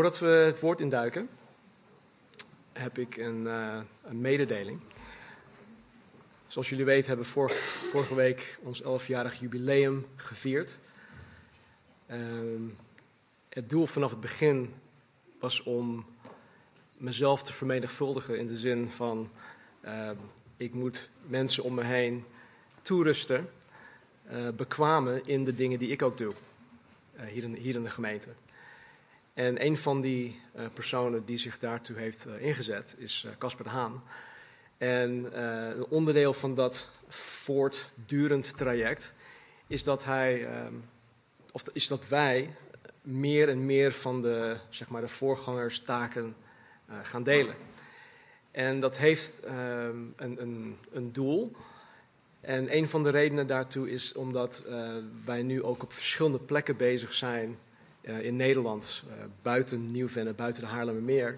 Voordat we het woord induiken, heb ik een mededeling. Zoals jullie weten hebben we vorige week ons 11-jarig jubileum gevierd. Het doel vanaf het begin was om mezelf te vermenigvuldigen in de zin van ik moet mensen om me heen toerusten, bekwamen in de dingen die ik ook doe, hier in de gemeente. En een van die personen die zich daartoe heeft ingezet is Casper de Haan. En een onderdeel van dat voortdurend traject is dat wij meer en meer van de voorgangerstaken gaan delen. En dat heeft een doel. En een van de redenen daartoe is omdat wij nu ook op verschillende plekken bezig zijn in Nederland, buiten Nieuw-Venne, buiten de Haarlemmermeer,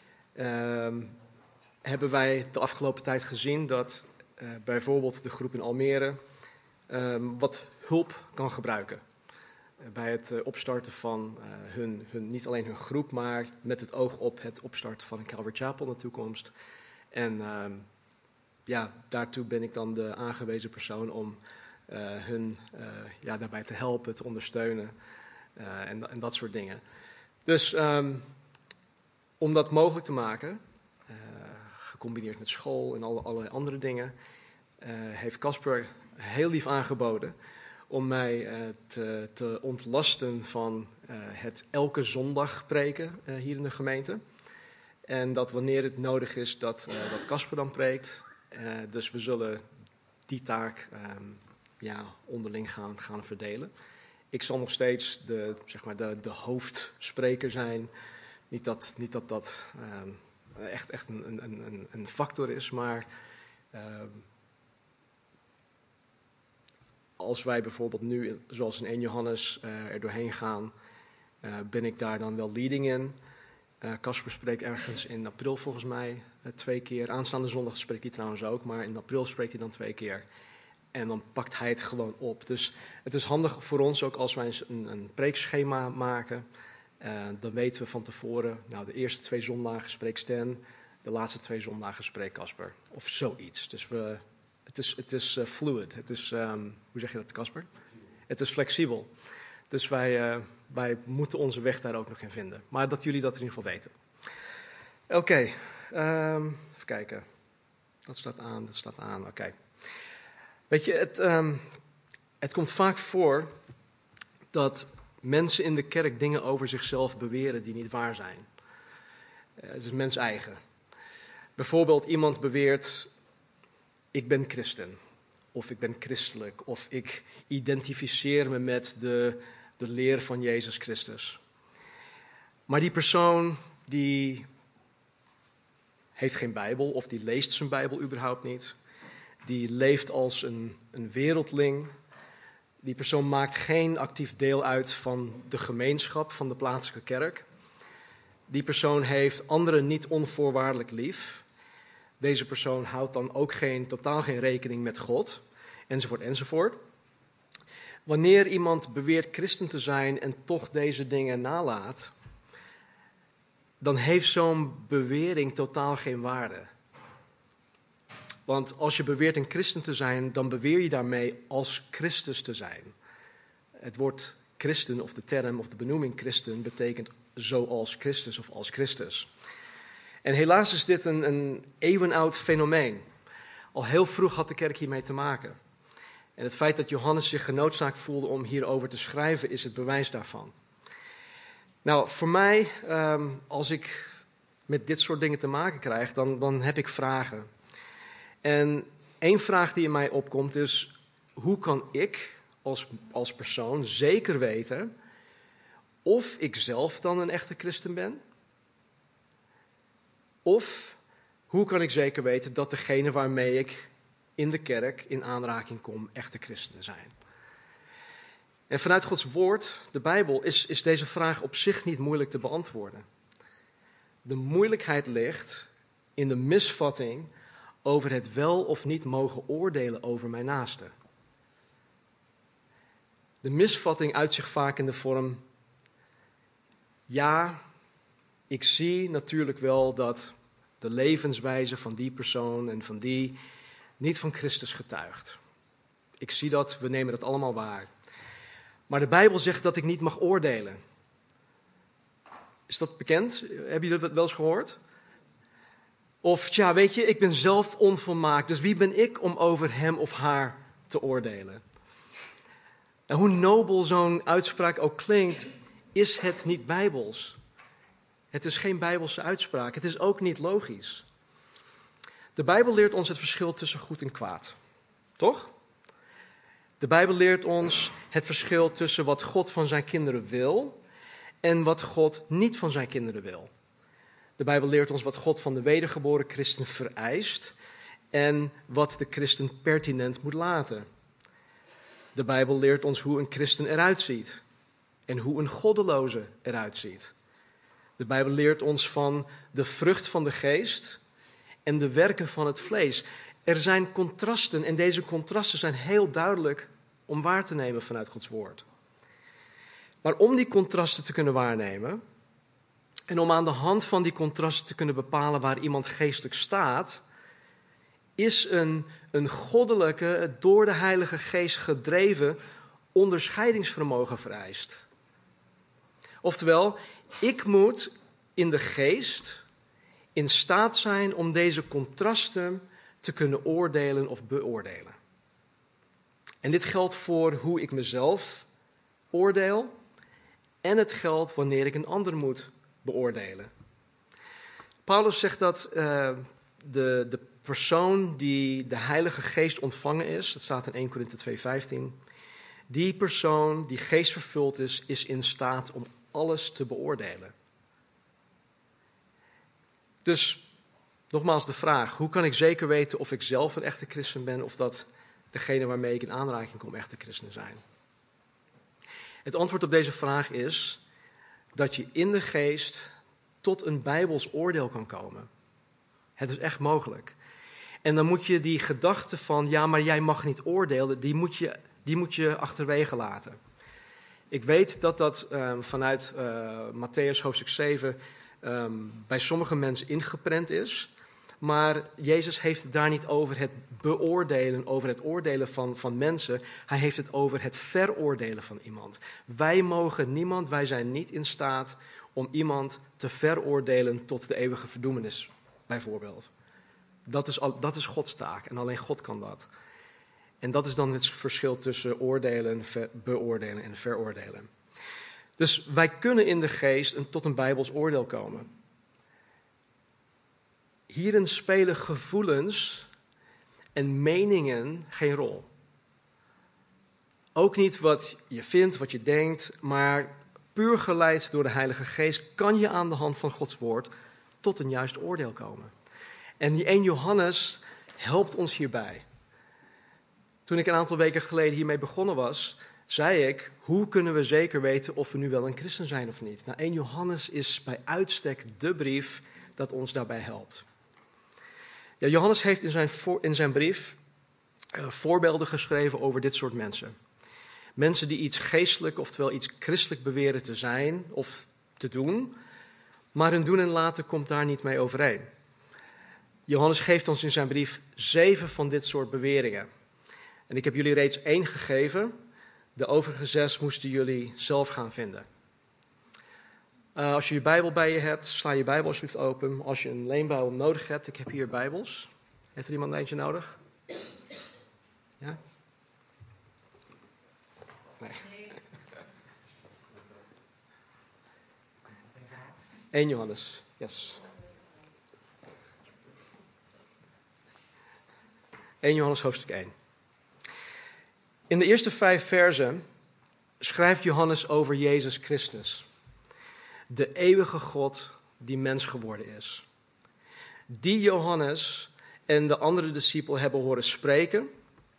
hebben wij de afgelopen tijd gezien dat bijvoorbeeld de groep in Almere wat hulp kan gebruiken. Bij het opstarten van niet alleen hun groep, maar met het oog op het opstarten van een Calvary Chapel in de toekomst. En daartoe ben ik dan de aangewezen persoon om hun daarbij te helpen, te ondersteunen en dat soort dingen. Dus om dat mogelijk te maken, gecombineerd met school en allerlei andere dingen, heeft Casper heel lief aangeboden om mij te ontlasten van het elke zondag preken hier in de gemeente. En dat wanneer het nodig is dat Casper dan preekt. Dus we zullen die taak onderling gaan verdelen. Ik zal nog steeds de hoofdspreker zijn. Niet dat echt een factor is, maar als wij bijvoorbeeld nu, zoals in 1 Johannes, er doorheen gaan, ben ik daar dan wel leading in. Casper spreekt ergens in april volgens mij 2 keer. Aanstaande zondag spreekt hij trouwens ook, maar in april spreekt hij dan 2 keer. En dan pakt hij het gewoon op. Dus het is handig voor ons ook als wij een preekschema maken. Dan weten we van tevoren, de eerste 2 zondagen spreekt Stan, de laatste 2 zondagen spreekt Casper. Of zoiets. Dus het is fluid. Het is, hoe zeg je dat, Casper? Het is flexibel. Dus wij moeten onze weg daar ook nog in vinden. Maar dat jullie dat in ieder geval weten. Oké, even kijken. Dat staat aan, oké. Weet je, het komt vaak voor dat mensen in de kerk dingen over zichzelf beweren die niet waar zijn. Het is mens eigen. Bijvoorbeeld iemand beweert, ik ben christen. Of ik ben christelijk. Of ik identificeer me met de leer van Jezus Christus. Maar die persoon die heeft geen Bijbel of die leest zijn Bijbel überhaupt niet. Die leeft als een wereldling. Die persoon maakt geen actief deel uit van de gemeenschap van de plaatselijke kerk. Die persoon heeft anderen niet onvoorwaardelijk lief. Deze persoon houdt dan ook totaal geen rekening met God, enzovoort, enzovoort. Wanneer iemand beweert christen te zijn en toch deze dingen nalaat, dan heeft zo'n bewering totaal geen waarde. Want als je beweert een christen te zijn, dan beweer je daarmee als Christus te zijn. Het woord christen of de term of de benoeming christen betekent zoals Christus of als Christus. En helaas is dit een eeuwenoud fenomeen. Al heel vroeg had de kerk hiermee te maken. En het feit dat Johannes zich genoodzaakt voelde om hierover te schrijven is het bewijs daarvan. Nou, voor mij, als ik met dit soort dingen te maken krijg, dan heb ik vragen. En één vraag die in mij opkomt is, hoe kan ik als persoon zeker weten of ik zelf dan een echte christen ben? Of hoe kan ik zeker weten dat degene waarmee ik in de kerk in aanraking kom echte christenen zijn? En vanuit Gods woord, de Bijbel, is deze vraag op zich niet moeilijk te beantwoorden. De moeilijkheid ligt in de misvatting over het wel of niet mogen oordelen over mijn naaste. De misvatting uit zich vaak in de vorm, ja, ik zie natuurlijk wel dat de levenswijze van die persoon en van die niet van Christus getuigt. Ik zie dat, we nemen dat allemaal waar. Maar de Bijbel zegt dat ik niet mag oordelen. Is dat bekend? Hebben jullie dat wel eens gehoord? Of, tja, weet je, ik ben zelf onvolmaakt, dus wie ben ik om over hem of haar te oordelen? En hoe nobel zo'n uitspraak ook klinkt, is het niet bijbels. Het is geen bijbelse uitspraak, het is ook niet logisch. De Bijbel leert ons het verschil tussen goed en kwaad, toch? De Bijbel leert ons het verschil tussen wat God van zijn kinderen wil en wat God niet van zijn kinderen wil. De Bijbel leert ons wat God van de wedergeboren christen vereist en wat de christen pertinent moet laten. De Bijbel leert ons hoe een christen eruit ziet en hoe een goddeloze eruit ziet. De Bijbel leert ons van de vrucht van de geest en de werken van het vlees. Er zijn contrasten en deze contrasten zijn heel duidelijk om waar te nemen vanuit Gods woord. Maar om die contrasten te kunnen waarnemen en om aan de hand van die contrasten te kunnen bepalen waar iemand geestelijk staat, is een goddelijke, door de Heilige Geest gedreven onderscheidingsvermogen vereist. Oftewel, ik moet in de geest in staat zijn om deze contrasten te kunnen oordelen of beoordelen. En dit geldt voor hoe ik mezelf oordeel en het geldt wanneer ik een ander moet beoordelen. Paulus zegt dat de persoon die de Heilige Geest ontvangen is, dat staat in 1 Korinthe 2:15, die persoon die geestvervuld is in staat om alles te beoordelen. Dus nogmaals de vraag, hoe kan ik zeker weten of ik zelf een echte christen ben of dat degene waarmee ik in aanraking kom echte christenen zijn? Het antwoord op deze vraag is dat je in de geest tot een bijbels oordeel kan komen. Het is echt mogelijk. En dan moet je die gedachte van, ja, maar jij mag niet oordelen, die moet je achterwege laten. Ik weet dat vanuit Mattheüs hoofdstuk 7 bij sommige mensen ingeprent is. Maar Jezus heeft het daar niet over het beoordelen, over het oordelen van mensen. Hij heeft het over het veroordelen van iemand. Wij mogen niemand, wij zijn niet in staat om iemand te veroordelen tot de eeuwige verdoemenis, bijvoorbeeld. Dat is Gods taak en alleen God kan dat. En dat is dan het verschil tussen oordelen, beoordelen en veroordelen. Dus wij kunnen in de geest tot een bijbels oordeel komen. Hierin spelen gevoelens en meningen geen rol. Ook niet wat je vindt, wat je denkt, maar puur geleid door de Heilige Geest kan je aan de hand van Gods woord tot een juist oordeel komen. En die 1 Johannes helpt ons hierbij. Toen ik een aantal weken geleden hiermee begonnen was, zei ik, hoe kunnen we zeker weten of we nu wel een christen zijn of niet? Nou, 1 Johannes is bij uitstek de brief dat ons daarbij helpt. Ja, Johannes heeft in zijn brief voorbeelden geschreven over dit soort mensen. Mensen die iets geestelijk, oftewel iets christelijk beweren te zijn of te doen, maar hun doen en laten komt daar niet mee overeen. Johannes geeft ons in zijn brief 7 van dit soort beweringen. En ik heb jullie reeds 1 gegeven. De overige 6 moesten jullie zelf gaan vinden. Als je je Bijbel bij je hebt, sla je Bijbel alsjeblieft open. Als je een leenbijbel nodig hebt, ik heb hier Bijbels. Heeft er iemand eentje nodig? Ja? Nee. 1 Johannes, yes. 1 Johannes hoofdstuk 1. In de eerste 5 versen schrijft Johannes over Jezus Christus. De eeuwige God die mens geworden is. Die Johannes en de andere discipelen hebben horen spreken.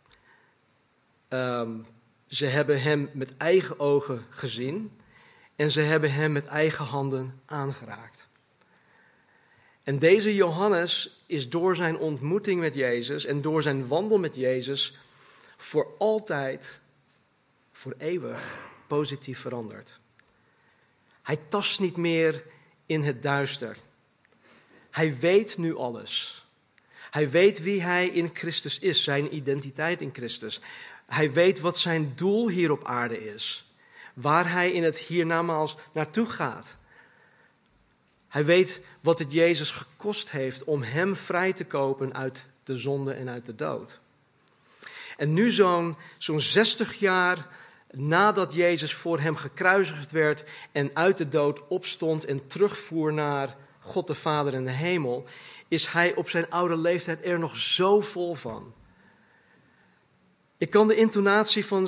Ze hebben hem met eigen ogen gezien. En ze hebben hem met eigen handen aangeraakt. En deze Johannes is door zijn ontmoeting met Jezus en door zijn wandel met Jezus voor altijd, voor eeuwig positief veranderd. Hij tast niet meer in het duister. Hij weet nu alles. Hij weet wie hij in Christus is, zijn identiteit in Christus. Hij weet wat zijn doel hier op aarde is. Waar hij in het hiernamaals naartoe gaat. Hij weet wat het Jezus gekost heeft om hem vrij te kopen uit de zonde en uit de dood. En nu zo'n 60 jaar nadat Jezus voor hem gekruisigd werd en uit de dood opstond en terugvoer naar God de Vader in de hemel, is hij op zijn oude leeftijd er nog zo vol van. Ik kan de intonatie van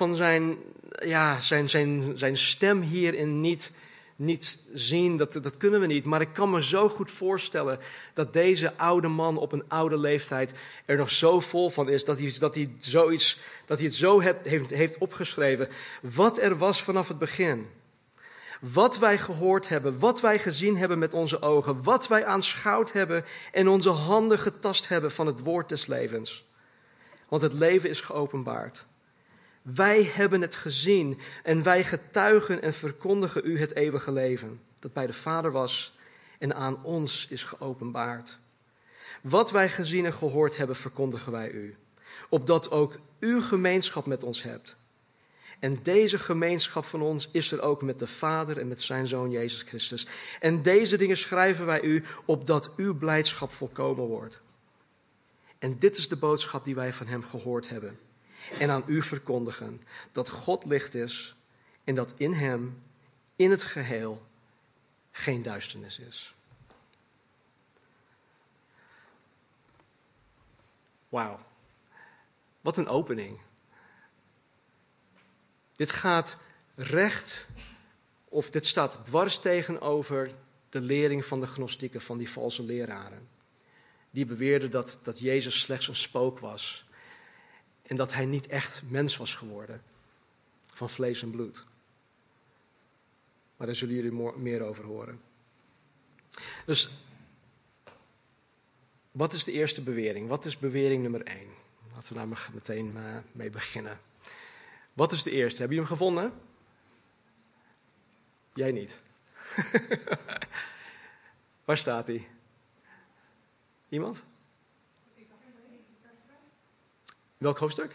zijn stem hierin niet zien, dat kunnen we niet. Maar ik kan me zo goed voorstellen dat deze oude man op een oude leeftijd er nog zo vol van is, dat hij het zo heeft opgeschreven. Wat er was vanaf het begin. Wat wij gehoord hebben, wat wij gezien hebben met onze ogen, wat wij aanschouwd hebben en onze handen getast hebben van het woord des levens. Want het leven is geopenbaard. Wij hebben het gezien en wij getuigen en verkondigen u het eeuwige leven, dat bij de Vader was en aan ons is geopenbaard. Wat wij gezien en gehoord hebben, verkondigen wij u, opdat ook u gemeenschap met ons hebt. En deze gemeenschap van ons is er ook met de Vader en met zijn Zoon Jezus Christus. En deze dingen schrijven wij u, opdat uw blijdschap volkomen wordt. En dit is de boodschap die wij van hem gehoord hebben. En aan u verkondigen, dat God licht is en dat in hem, in het geheel, geen duisternis is. Wauw, wat een opening. Dit gaat recht, of dit staat dwars tegenover de lering van de gnostieken, van die valse leraren. Die beweerden dat Jezus slechts een spook was. En dat hij niet echt mens was geworden. Van vlees en bloed. Maar daar zullen jullie meer over horen. Dus, wat is de eerste bewering? Wat is bewering nummer 1? Laten we daar maar meteen mee beginnen. Wat is de eerste? Hebben jullie hem gevonden? Jij niet. Waar staat hij? Iemand? Welk hoofdstuk?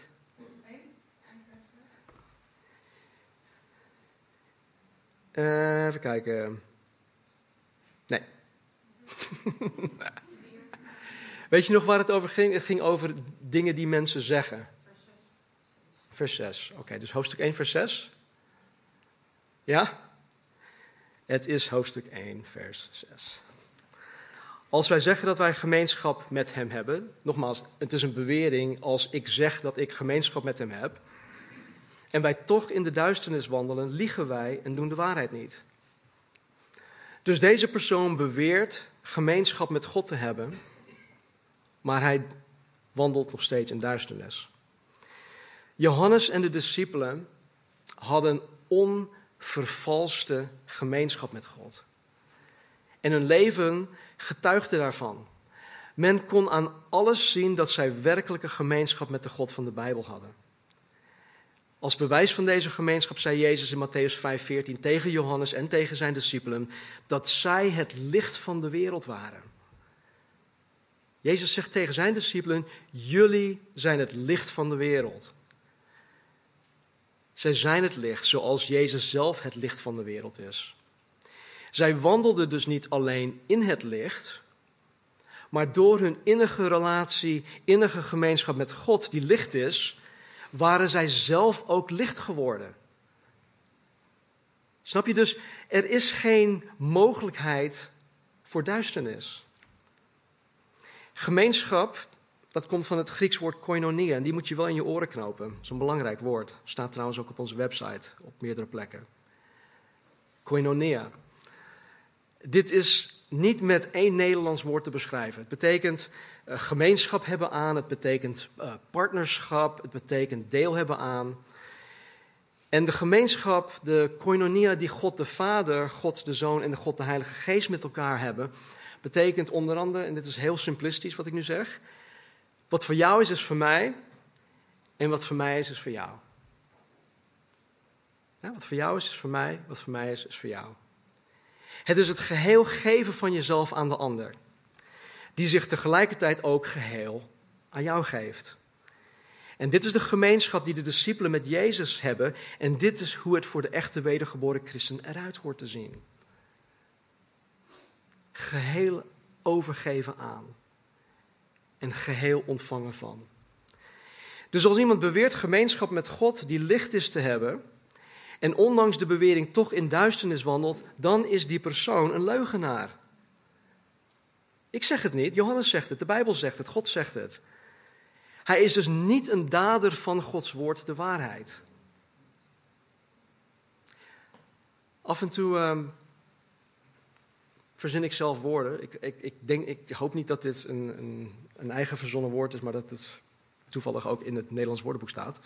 Even kijken. Nee. Weet je nog waar het over ging? Het ging over dingen die mensen zeggen. Vers 6. Oké, dus hoofdstuk 1, vers 6. Ja? Het is hoofdstuk 1, vers 6. Als wij zeggen dat wij gemeenschap met hem hebben, nogmaals, het is een bewering als ik zeg dat ik gemeenschap met hem heb, en wij toch in de duisternis wandelen, liegen wij en doen de waarheid niet. Dus deze persoon beweert gemeenschap met God te hebben, maar hij wandelt nog steeds in duisternis. Johannes en de discipelen hadden onvervalste gemeenschap met God. En hun leven getuigde daarvan. Men kon aan alles zien dat zij werkelijke gemeenschap met de God van de Bijbel hadden. Als bewijs van deze gemeenschap zei Jezus in Mattheüs 5:14 tegen Johannes en tegen zijn discipelen dat zij het licht van de wereld waren. Jezus zegt tegen zijn discipelen, jullie zijn het licht van de wereld. Zij zijn het licht zoals Jezus zelf het licht van de wereld is. Zij wandelden dus niet alleen in het licht, maar door hun innige relatie, innige gemeenschap met God die licht is, waren zij zelf ook licht geworden. Snap je dus, er is geen mogelijkheid voor duisternis. Gemeenschap, dat komt van het Grieks woord koinonia en die moet je wel in je oren knopen. Dat is een belangrijk woord. Staat trouwens ook op onze website, op meerdere plekken. Koinonia. Dit is niet met één Nederlands woord te beschrijven. Het betekent gemeenschap hebben aan, het betekent partnerschap, het betekent deel hebben aan. En de gemeenschap, de koinonia die God de Vader, God de Zoon en God de Heilige Geest met elkaar hebben, betekent onder andere, en dit is heel simplistisch wat ik nu zeg, wat voor jou is voor mij en wat voor mij is voor jou. Ja, wat voor jou is voor mij, wat voor mij is voor jou. Het is het geheel geven van jezelf aan de ander, die zich tegelijkertijd ook geheel aan jou geeft. En dit is de gemeenschap die de discipelen met Jezus hebben. En dit is hoe het voor de echte wedergeboren christen eruit hoort te zien. Geheel overgeven aan. En geheel ontvangen van. Dus als iemand beweert gemeenschap met God die licht is te hebben, en ondanks de bewering toch in duisternis wandelt, dan is die persoon een leugenaar. Ik zeg het niet, Johannes zegt het, de Bijbel zegt het, God zegt het. Hij is dus niet een dader van Gods woord, de waarheid. Af en toe verzin ik zelf woorden. Ik hoop niet dat dit een eigen verzonnen woord is, maar dat het toevallig ook in het Nederlands woordenboek staat.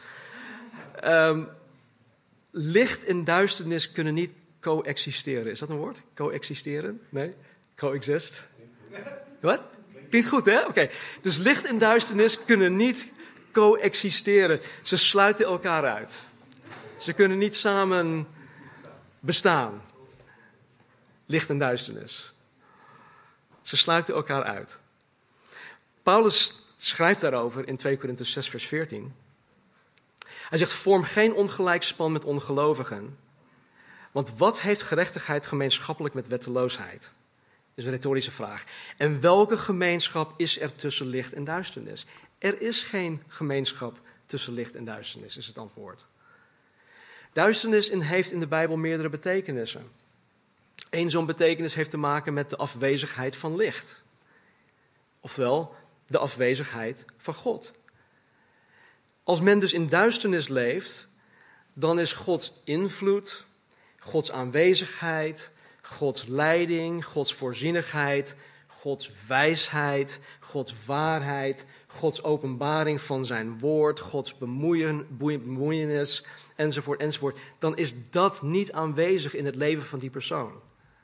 Licht en duisternis kunnen niet coexisteren. Is dat een woord? Coexisteren? Nee? Coexist? Wat? Klinkt goed, hè? Oké. Dus licht en duisternis kunnen niet coexisteren. Ze sluiten elkaar uit. Ze kunnen niet samen bestaan. Licht en duisternis. Ze sluiten elkaar uit. Paulus schrijft daarover in 2 Korinthe 6 vers 14. Hij zegt, vorm geen ongelijkspan met ongelovigen. Want wat heeft gerechtigheid gemeenschappelijk met wetteloosheid? Dat is een retorische vraag. En welke gemeenschap is er tussen licht en duisternis? Er is geen gemeenschap tussen licht en duisternis, is het antwoord. Duisternis heeft in de Bijbel meerdere betekenissen. Eén zo'n betekenis heeft te maken met de afwezigheid van licht. Oftewel, de afwezigheid van God. Als men dus in duisternis leeft, dan is Gods invloed, Gods aanwezigheid, Gods leiding, Gods voorzienigheid, Gods wijsheid, Gods waarheid, Gods openbaring van zijn woord, Gods bemoeienis, enzovoort, enzovoort. Dan is dat niet aanwezig in het leven van die persoon.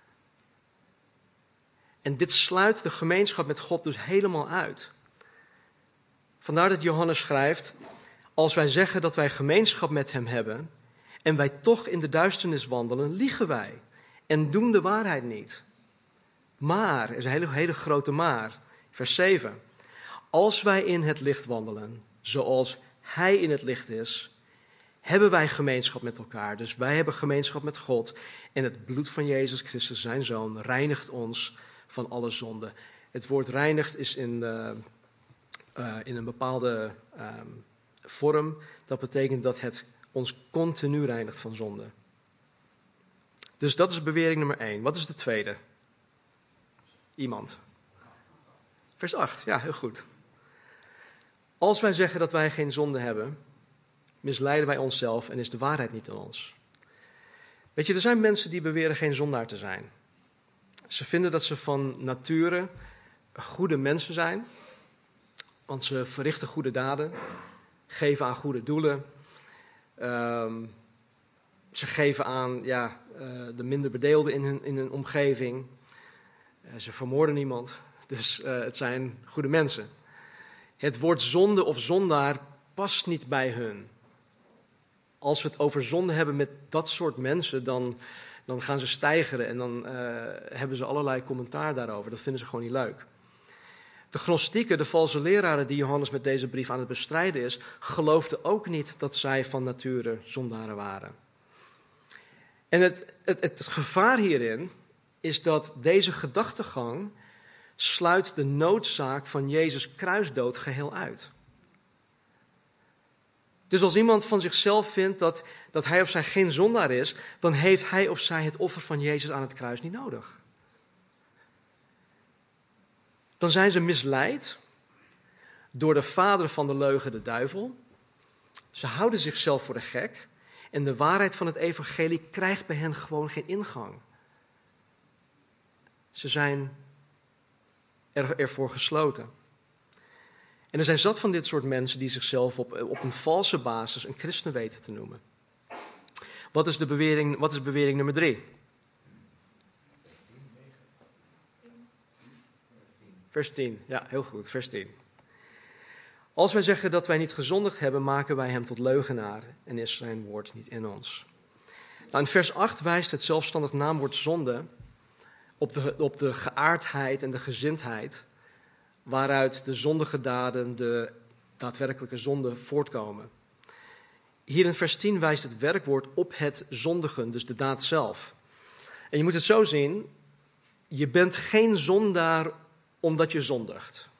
En dit sluit de gemeenschap met God dus helemaal uit. Vandaar dat Johannes schrijft, als wij zeggen dat wij gemeenschap met hem hebben en wij toch in de duisternis wandelen, liegen wij en doen de waarheid niet. Maar, er is een hele grote maar, vers 7. Als wij in het licht wandelen, zoals hij in het licht is, hebben wij gemeenschap met elkaar. Dus wij hebben gemeenschap met God en het bloed van Jezus Christus, zijn Zoon, reinigt ons van alle zonde. Het woord reinigt is in een bepaalde vorm. Dat betekent dat het ons continu reinigt van zonde. Dus dat is bewering nummer 1. Wat is de tweede? Iemand. Vers 8, ja, heel goed. Als wij zeggen dat wij geen zonde hebben, misleiden wij onszelf en is de waarheid niet in ons. Weet je, er zijn mensen die beweren geen zondaar te zijn. Ze vinden dat ze van nature goede mensen zijn, want ze verrichten goede daden, geven aan goede doelen. Ze geven aan de minder bedeelden in hun omgeving. Ze vermoorden niemand, dus het zijn goede mensen. Het woord zonde of zondaar past niet bij hun. Als we het over zonde hebben met dat soort mensen, dan gaan ze steigeren en dan hebben ze allerlei commentaar daarover. Dat vinden ze gewoon niet leuk. De gnostieken, de valse leraren die Johannes met deze brief aan het bestrijden is, geloofden ook niet dat zij van nature zondaren waren. En het gevaar hierin is dat deze gedachtegang sluit de noodzaak van Jezus' kruisdood geheel uit. Dus als iemand van zichzelf vindt dat hij of zij geen zondaar is, dan heeft hij of zij het offer van Jezus aan het kruis niet nodig. Dan zijn ze misleid door de vader van de leugen, de duivel. Ze houden zichzelf voor de gek en de waarheid van het evangelie krijgt bij hen gewoon geen ingang. Ze zijn ervoor gesloten. En er zijn zat van dit soort mensen die zichzelf op een valse basis een christen weten te noemen. Wat is bewering nummer 3? Vers 10, ja, heel goed, vers 10. Als wij zeggen dat wij niet gezondigd hebben, maken wij hem tot leugenaar en is zijn woord niet in ons. Nou, in vers 8 wijst het zelfstandig naamwoord zonde op de geaardheid en de gezindheid waaruit de zondige daden, de daadwerkelijke zonde, voortkomen. Hier in vers 10 wijst het werkwoord op het zondigen, dus de daad zelf. En je moet het zo zien, je bent geen zondaar omdat je zondigt.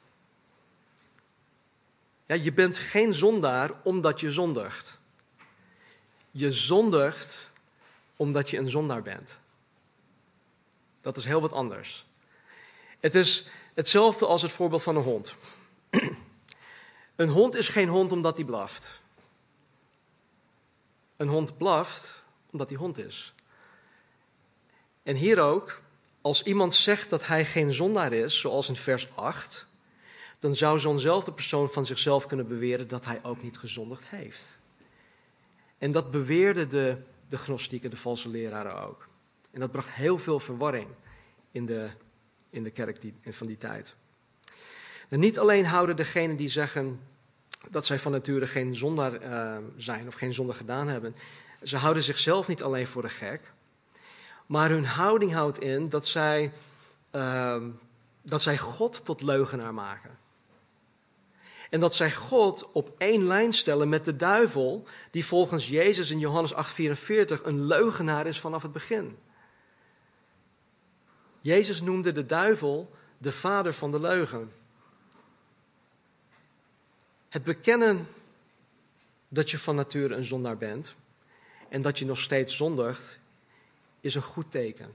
Ja, je bent geen zondaar omdat je zondigt. Je zondigt omdat je een zondaar bent. Dat is heel wat anders. Het is hetzelfde als het voorbeeld van een hond. Een hond is geen hond omdat hij blaft. Een hond blaft omdat hij hond is. En hier ook, als iemand zegt dat hij geen zondaar is, zoals in vers 8, dan zou zo'nzelfde persoon van zichzelf kunnen beweren dat hij ook niet gezondigd heeft. En dat beweerden de gnostieken, de valse leraren ook. En dat bracht heel veel verwarring in de kerk van die tijd. En niet alleen houden degenen die zeggen dat zij van nature geen zondaar zijn of geen zonde gedaan hebben. Ze houden zichzelf niet alleen voor de gek. Maar hun houding houdt in dat zij God tot leugenaar maken. En dat zij God op één lijn stellen met de duivel, die volgens Jezus in Johannes 8:44 een leugenaar is vanaf het begin. Jezus noemde de duivel de vader van de leugen. Het bekennen dat je van nature een zondaar bent en dat je nog steeds zondigt, is een goed teken.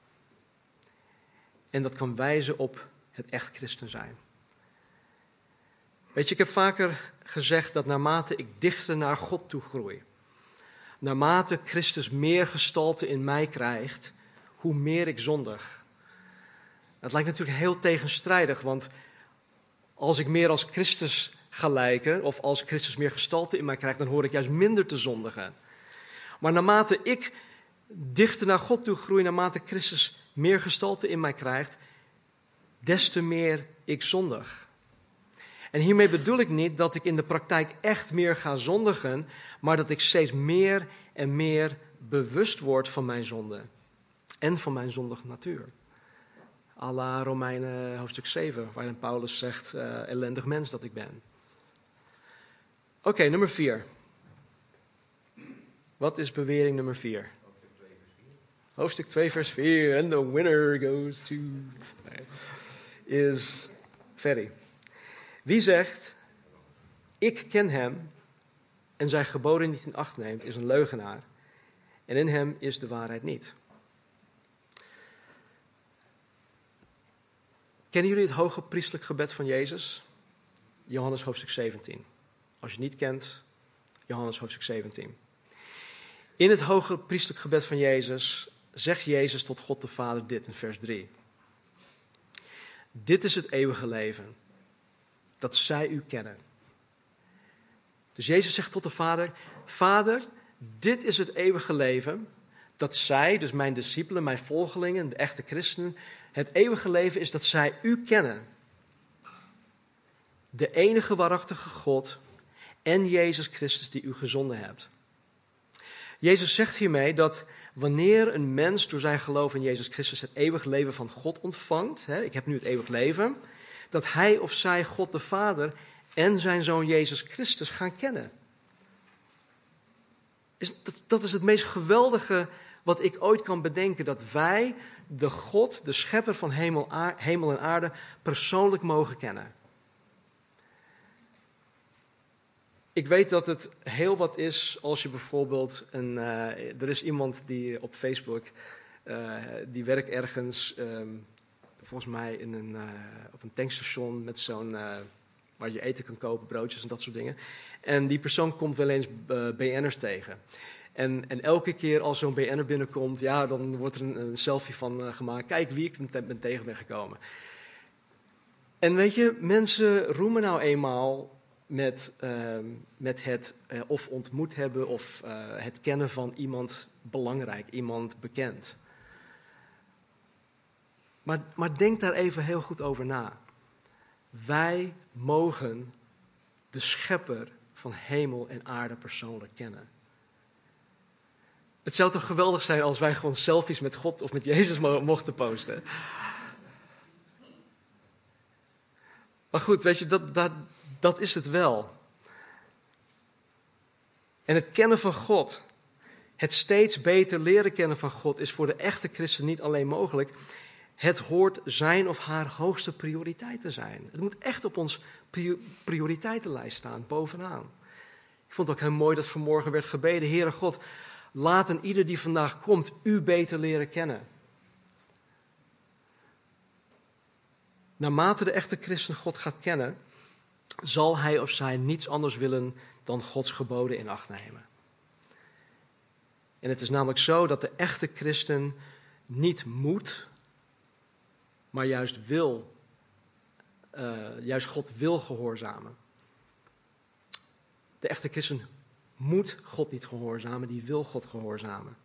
En dat kan wijzen op het echt christen zijn. Weet je, ik heb vaker gezegd dat naarmate ik dichter naar God toe groei, naarmate Christus meer gestalte in mij krijgt, hoe meer ik zondig. Het lijkt natuurlijk heel tegenstrijdig, want als ik meer als Christus ga lijken, of als Christus meer gestalte in mij krijgt, dan hoor ik juist minder te zondigen. Maar naarmate ik dichter naar God toe groei, naarmate Christus meer gestalte in mij krijgt, des te meer ik zondig. En hiermee bedoel ik niet dat ik in de praktijk echt meer ga zondigen, maar dat ik steeds meer en meer bewust word van mijn zonde en van mijn zondige natuur. À la Romeinen hoofdstuk 7, waarin Paulus zegt, ellendig mens dat ik ben. Oké, nummer 4. Wat is bewering nummer 4? Hoofdstuk 2, vers 4. And the winner goes to... is Ferry. Wie zegt, ik ken hem en zijn geboden niet in acht neemt, is een leugenaar. En in hem is de waarheid niet. Kennen jullie het hoge priestelijk gebed van Jezus? Johannes hoofdstuk 17. Als je het niet kent, Johannes hoofdstuk 17. In het hoge priestelijk gebed van Jezus zegt Jezus tot God de Vader dit in vers 3. Dit is het eeuwige leven, dat zij u kennen. Dus Jezus zegt tot de Vader, Vader, dit is het eeuwige leven, dat zij, dus mijn discipelen, mijn volgelingen, de echte christenen, het eeuwige leven is dat zij u kennen. De enige waarachtige God en Jezus Christus die u gezonden hebt. Jezus zegt hiermee dat wanneer een mens door zijn geloof in Jezus Christus het eeuwig leven van God ontvangt, ik heb nu het eeuwig leven, dat hij of zij God de Vader en zijn Zoon Jezus Christus gaan kennen. Dat is het meest geweldige wat ik ooit kan bedenken, dat wij de God, de schepper van hemel en aarde, persoonlijk mogen kennen. Ik weet dat het heel wat is als je bijvoorbeeld er is iemand die op Facebook, die werkt ergens, volgens mij op een tankstation met zo'n, waar je eten kan kopen, broodjes en dat soort dingen. En die persoon komt wel eens BN'ers tegen. En elke keer als zo'n BN'er binnenkomt, ja, dan wordt er een selfie van gemaakt. Kijk wie ik tegen ben gekomen. En weet je, mensen roemen nou eenmaal met het of ontmoet hebben of het kennen van iemand belangrijk, iemand bekend. Maar denk daar even heel goed over na. Wij mogen de schepper van hemel en aarde persoonlijk kennen. Het zou toch geweldig zijn als wij gewoon selfies met God of met Jezus mochten posten. Maar goed, weet je, dat is het wel. En het kennen van God, het steeds beter leren kennen van God, is voor de echte christen niet alleen mogelijk. Het hoort zijn of haar hoogste prioriteit te zijn. Het moet echt op ons prioriteitenlijst staan, bovenaan. Ik vond het ook heel mooi dat vanmorgen werd gebeden: Heere God, laat een ieder die vandaag komt u beter leren kennen. Naarmate de echte christen God gaat kennen, zal hij of zij niets anders willen dan Gods geboden in acht nemen. En het is namelijk zo dat de echte christen niet moet, maar juist God wil gehoorzamen. De echte christen moet God niet gehoorzamen, die wil God gehoorzamen.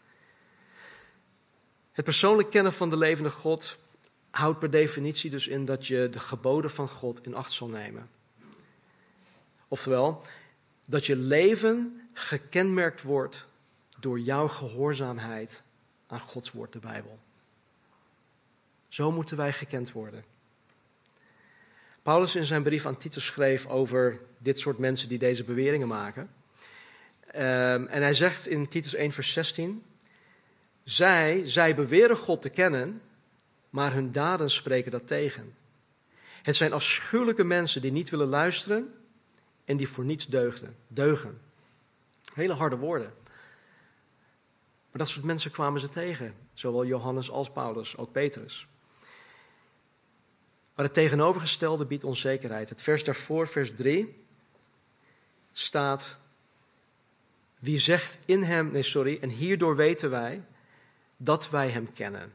Het persoonlijk kennen van de levende God houdt per definitie dus in dat je de geboden van God in acht zal nemen. Oftewel, dat je leven gekenmerkt wordt door jouw gehoorzaamheid aan Gods woord, de Bijbel. Zo moeten wij gekend worden. Paulus in zijn brief aan Titus schreef over dit soort mensen die deze beweringen maken. En hij zegt in Titus 1 vers 16... Zij beweren God te kennen, maar hun daden spreken dat tegen. Het zijn afschuwelijke mensen die niet willen luisteren en die voor niets deugen. Hele harde woorden. Maar dat soort mensen kwamen ze tegen. Zowel Johannes als Paulus, ook Petrus. Maar het tegenovergestelde biedt onzekerheid. Het vers daarvoor, vers 3, staat: wie zegt in hem, en hierdoor weten wij dat wij hem kennen.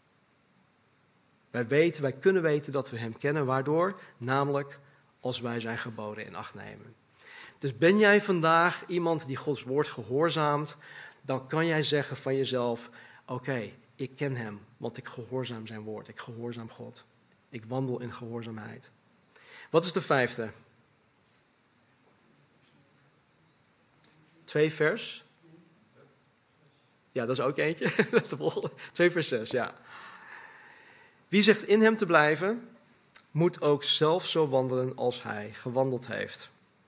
Wij kunnen weten dat we hem kennen. Waardoor? Namelijk als wij zijn geboden in acht nemen. Dus ben jij vandaag iemand die Gods woord gehoorzaamt, dan kan jij zeggen van jezelf: oké, ik ken hem, want ik gehoorzaam zijn woord. Ik gehoorzaam God. Ik wandel in gehoorzaamheid. Wat is de 5e? 2 vers. Ja, dat is ook eentje. Dat is de volgende. 2 vers 6, ja. Wie zegt in hem te blijven, moet ook zelf zo wandelen als hij gewandeld heeft.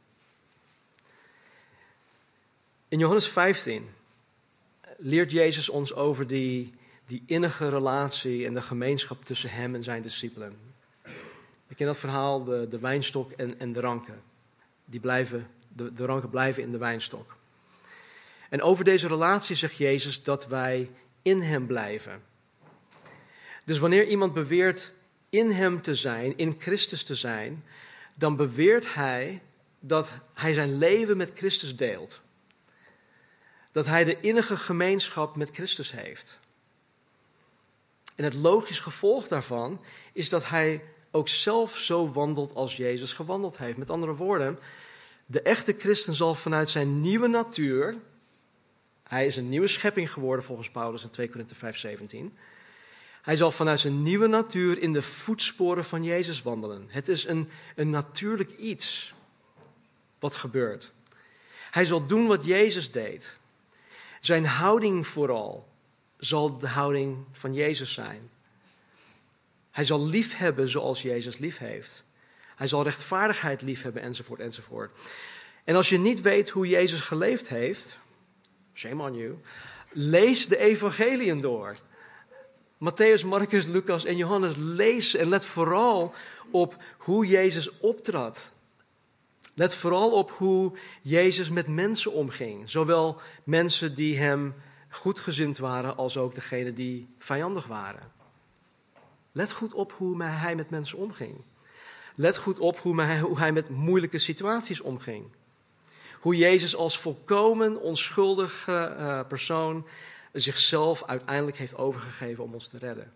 In Johannes 15 leert Jezus ons over die innige relatie en de gemeenschap tussen hem en zijn discipelen. Je kent dat verhaal, de wijnstok en de ranken. De ranken blijven in de wijnstok. En over deze relatie zegt Jezus dat wij in hem blijven. Dus wanneer iemand beweert in hem te zijn, in Christus te zijn, dan beweert hij dat hij zijn leven met Christus deelt. Dat hij de innige gemeenschap met Christus heeft. En het logisch gevolg daarvan is dat hij ook zelf zo wandelt als Jezus gewandeld heeft. Met andere woorden, de echte christen zal vanuit zijn nieuwe natuur, hij is een nieuwe schepping geworden volgens Paulus in 2 Korinthe 5:17. Hij zal vanuit zijn nieuwe natuur in de voetsporen van Jezus wandelen. Het is een natuurlijk iets wat gebeurt. Hij zal doen wat Jezus deed. Zijn houding vooral zal de houding van Jezus zijn. Hij zal liefhebben zoals Jezus lief heeft. Hij zal rechtvaardigheid liefhebben, enzovoort, enzovoort. En als je niet weet hoe Jezus geleefd heeft, shame on you, lees de evangeliën door. Matthäus, Marcus, Lucas en Johannes, lees en let vooral op hoe Jezus optrad. Let vooral op hoe Jezus met mensen omging. Zowel mensen die hem goedgezind waren als ook degenen die vijandig waren. Let goed op hoe hij met mensen omging. Let goed op hoe hij met moeilijke situaties omging. Hoe Jezus als volkomen onschuldige persoon zichzelf uiteindelijk heeft overgegeven om ons te redden.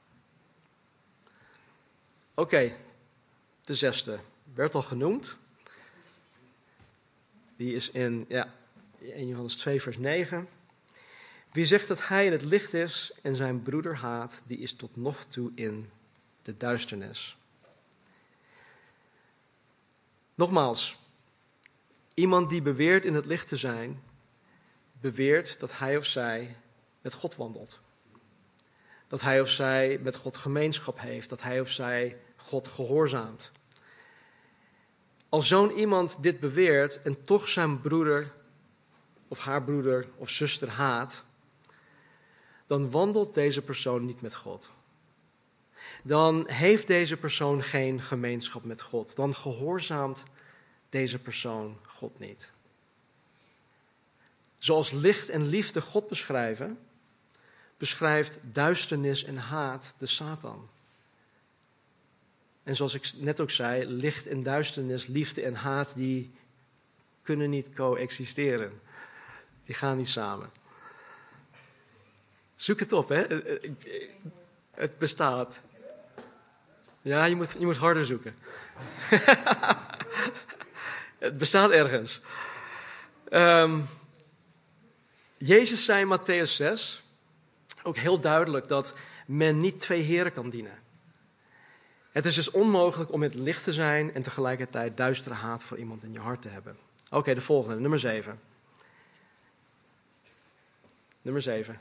Oké, de 6e. Werd al genoemd. Die is in Johannes 2 vers 9. Wie zegt dat hij in het licht is en zijn broeder haat, die is tot nog toe in de duisternis. Nogmaals, iemand die beweert in het licht te zijn, beweert dat hij of zij met God wandelt. Dat hij of zij met God gemeenschap heeft, dat hij of zij God gehoorzaamt. Als zo'n iemand dit beweert en toch zijn broeder of haar broeder of zuster haat, dan wandelt deze persoon niet met God. Dan heeft deze persoon geen gemeenschap met God. Dan gehoorzaamt deze persoon God niet. Zoals licht en liefde God beschrijven, beschrijft duisternis en haat de Satan. En zoals ik net ook zei, licht en duisternis, liefde en haat, die kunnen niet coexisteren. Die gaan niet samen. Zoek het op, hè. Het bestaat. Ja, je moet harder zoeken. Het bestaat ergens. Jezus zei in Mattheüs 6 ook heel duidelijk dat men niet twee heren kan dienen. Het is dus onmogelijk om in het licht te zijn en tegelijkertijd duistere haat voor iemand in je hart te hebben. Oké, de volgende, nummer 7. Nummer 7.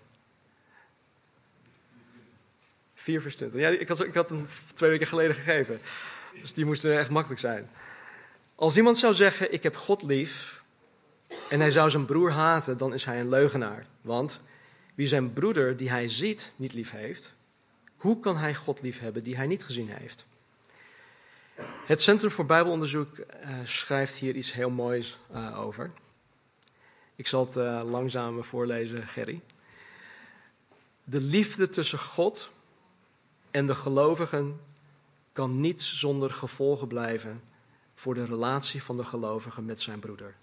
4 vers 20. Ja, ik had hem 2 weken geleden gegeven. Dus die moesten echt makkelijk zijn. Als iemand zou zeggen, ik heb God lief, en hij zou zijn broer haten, dan is hij een leugenaar. Want wie zijn broeder die hij ziet niet lief heeft, hoe kan hij God lief hebben die hij niet gezien heeft? Het Centrum voor Bijbelonderzoek schrijft hier iets heel moois over. Ik zal het langzaam voorlezen, Gerry. De liefde tussen God en de gelovigen kan niet zonder gevolgen blijven voor de relatie van de gelovige met zijn broeder.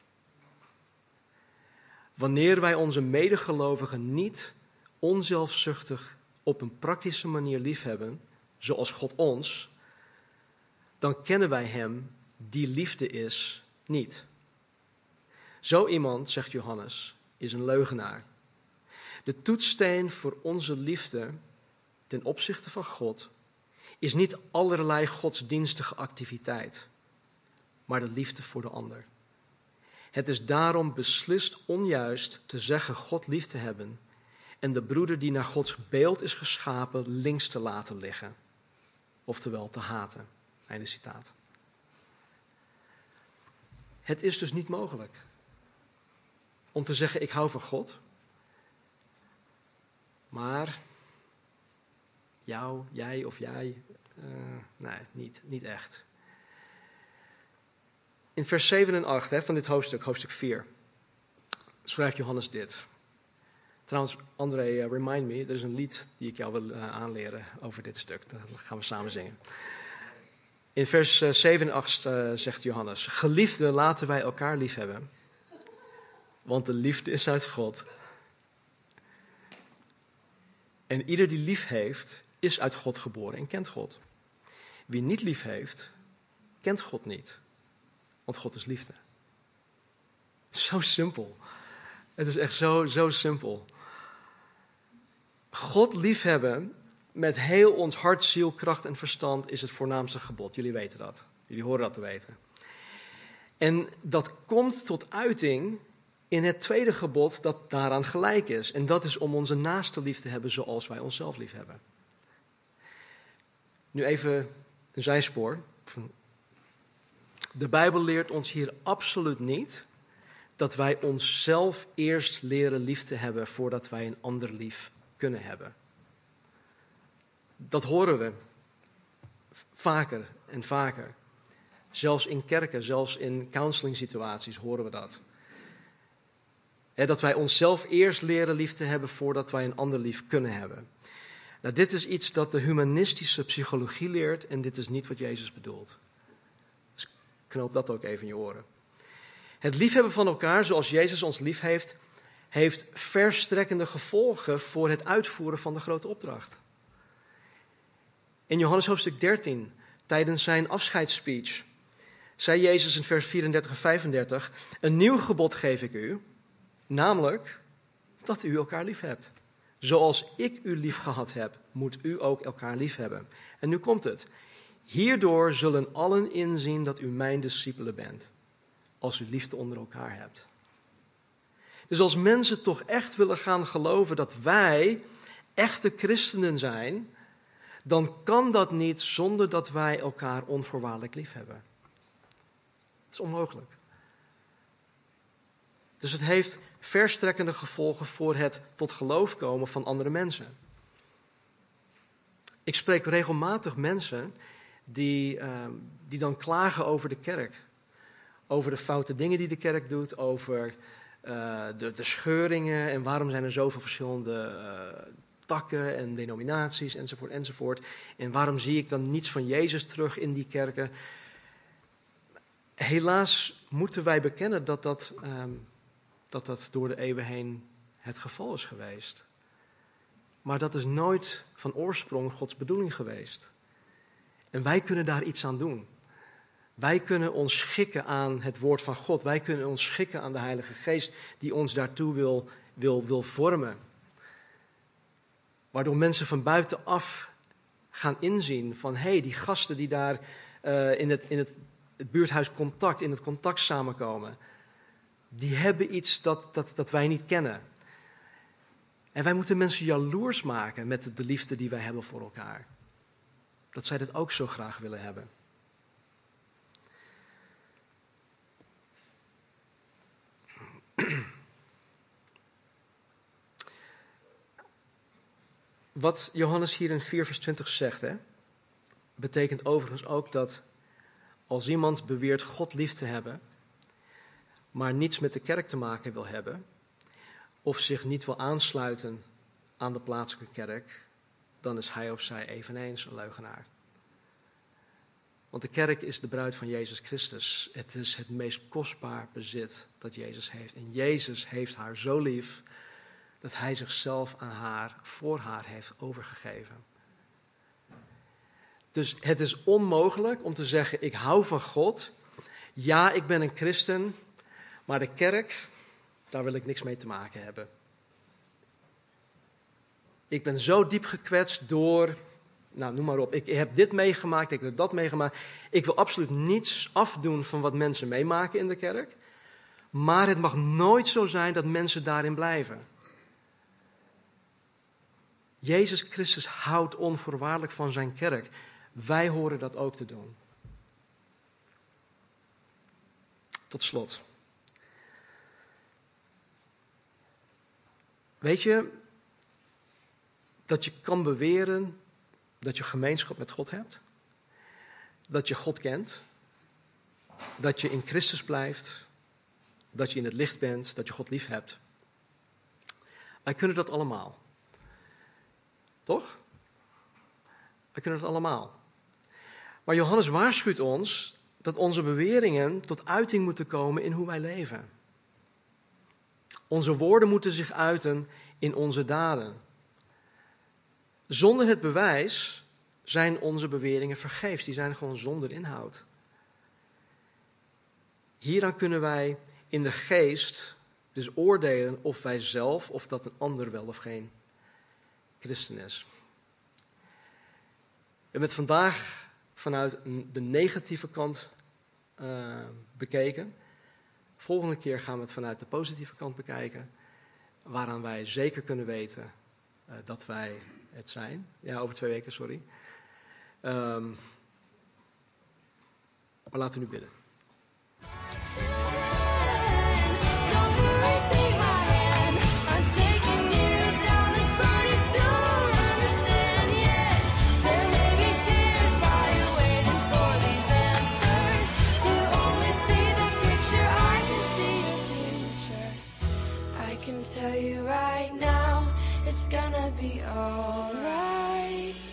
Wanneer wij onze medegelovigen niet onzelfzuchtig op een praktische manier liefhebben, zoals God ons, dan kennen wij hem, die liefde is, niet. Zo iemand, zegt Johannes, is een leugenaar. De toetssteen voor onze liefde ten opzichte van God is niet allerlei godsdienstige activiteit, maar de liefde voor de ander. Het is daarom beslist onjuist te zeggen God lief te hebben en de broeder die naar Gods beeld is geschapen links te laten liggen. Oftewel te haten. Einde citaat. Het is dus niet mogelijk om te zeggen ik hou van God, maar jou, jij of jij, nee, niet echt. In vers 7 en 8 van dit hoofdstuk 4, schrijft Johannes dit. Trouwens, André, remind me, er is een lied die ik jou wil aanleren over dit stuk. Dat gaan we samen zingen. In vers 7 en 8 zegt Johannes, geliefden, laten wij elkaar lief hebben, want de liefde is uit God. En ieder die lief heeft, is uit God geboren en kent God. Wie niet lief heeft, kent God niet, want God is liefde. Zo simpel. Het is echt zo simpel. God liefhebben met heel ons hart, ziel, kracht en verstand is het voornaamste gebod. Jullie weten dat. Jullie horen dat te weten. En dat komt tot uiting in het tweede gebod dat daaraan gelijk is. En dat is om onze naaste lief te hebben zoals wij onszelf lief hebben. Nu even een zijspoor. De Bijbel leert ons hier absoluut niet dat wij onszelf eerst leren lief te hebben voordat wij een ander lief kunnen hebben. Dat horen we vaker en vaker. Zelfs in kerken, zelfs in counseling situaties horen we dat. Dat wij onszelf eerst leren lief te hebben voordat wij een ander lief kunnen hebben. Nou, dit is iets dat de humanistische psychologie leert en dit is niet wat Jezus bedoelt. Dus knoop dat ook even in je oren. Het liefhebben van elkaar zoals Jezus ons lief heeft, heeft verstrekkende gevolgen voor het uitvoeren van de grote opdracht. In Johannes hoofdstuk 13, tijdens zijn afscheidsspeech, zei Jezus in vers 34 en 35, een nieuw gebod geef ik u, namelijk dat u elkaar lief hebt. Zoals ik u lief gehad heb, moet u ook elkaar lief hebben. En nu komt het. Hierdoor zullen allen inzien dat u mijn discipelen bent, als u liefde onder elkaar hebt. Dus als mensen toch echt willen gaan geloven dat wij echte christenen zijn, dan kan dat niet zonder dat wij elkaar onvoorwaardelijk lief hebben. Dat is onmogelijk. Dus het heeft verstrekkende gevolgen voor het tot geloof komen van andere mensen. Ik spreek regelmatig mensen die dan klagen over de kerk. Over de foute dingen die de kerk doet, over de scheuringen en waarom zijn er zoveel verschillende takken en denominaties enzovoort enzovoort. En waarom zie ik dan niets van Jezus terug in die kerken? Helaas moeten wij bekennen dat dat door de eeuwen heen het geval is geweest. Maar dat is nooit van oorsprong Gods bedoeling geweest. En wij kunnen daar iets aan doen. Wij kunnen ons schikken aan het woord van God. Wij kunnen ons schikken aan de Heilige Geest die ons daartoe wil vormen. Waardoor mensen van buitenaf gaan inzien van die gasten die daar in het buurthuis Contact, in het Contact samenkomen, die hebben iets dat wij niet kennen. En wij moeten mensen jaloers maken met de liefde die wij hebben voor elkaar. Dat zij dat ook zo graag willen hebben. Wat Johannes hier in 4 vers 20 zegt, betekent overigens ook dat als iemand beweert God lief te hebben, maar niets met de kerk te maken wil hebben, of zich niet wil aansluiten aan de plaatselijke kerk, dan is hij of zij eveneens een leugenaar. Want de kerk is de bruid van Jezus Christus. Het is het meest kostbaar bezit dat Jezus heeft. En Jezus heeft haar zo lief dat hij zichzelf aan haar, voor haar heeft overgegeven. Dus het is onmogelijk om te zeggen, ik hou van God. Ja, ik ben een christen, maar de kerk, daar wil ik niks mee te maken hebben. Ik ben zo diep gekwetst door, noem maar op. Ik heb dit meegemaakt, ik heb dat meegemaakt. Ik wil absoluut niets afdoen van wat mensen meemaken in de kerk. Maar het mag nooit zo zijn dat mensen daarin blijven. Jezus Christus houdt onvoorwaardelijk van zijn kerk. Wij horen dat ook te doen. Tot slot. Weet je dat je kan beweren dat je gemeenschap met God hebt? Dat je God kent? Dat je in Christus blijft? Dat je in het licht bent? Dat je God lief hebt? Wij kunnen dat allemaal. Toch? Wij kunnen het allemaal. Maar Johannes waarschuwt ons dat onze beweringen tot uiting moeten komen in hoe wij leven. Onze woorden moeten zich uiten in onze daden. Zonder het bewijs zijn onze beweringen vergeefs. Die zijn gewoon zonder inhoud. Hieraan kunnen wij in de geest dus oordelen of wij zelf of dat een ander wel of geen christen is. We hebben het vandaag vanuit de negatieve kant bekeken. Volgende keer gaan we het vanuit de positieve kant bekijken. Waaraan wij zeker kunnen weten dat wij het zijn. Ja, over 2 weken, sorry. Maar laten we nu bidden. Tell you right now, it's gonna be alright.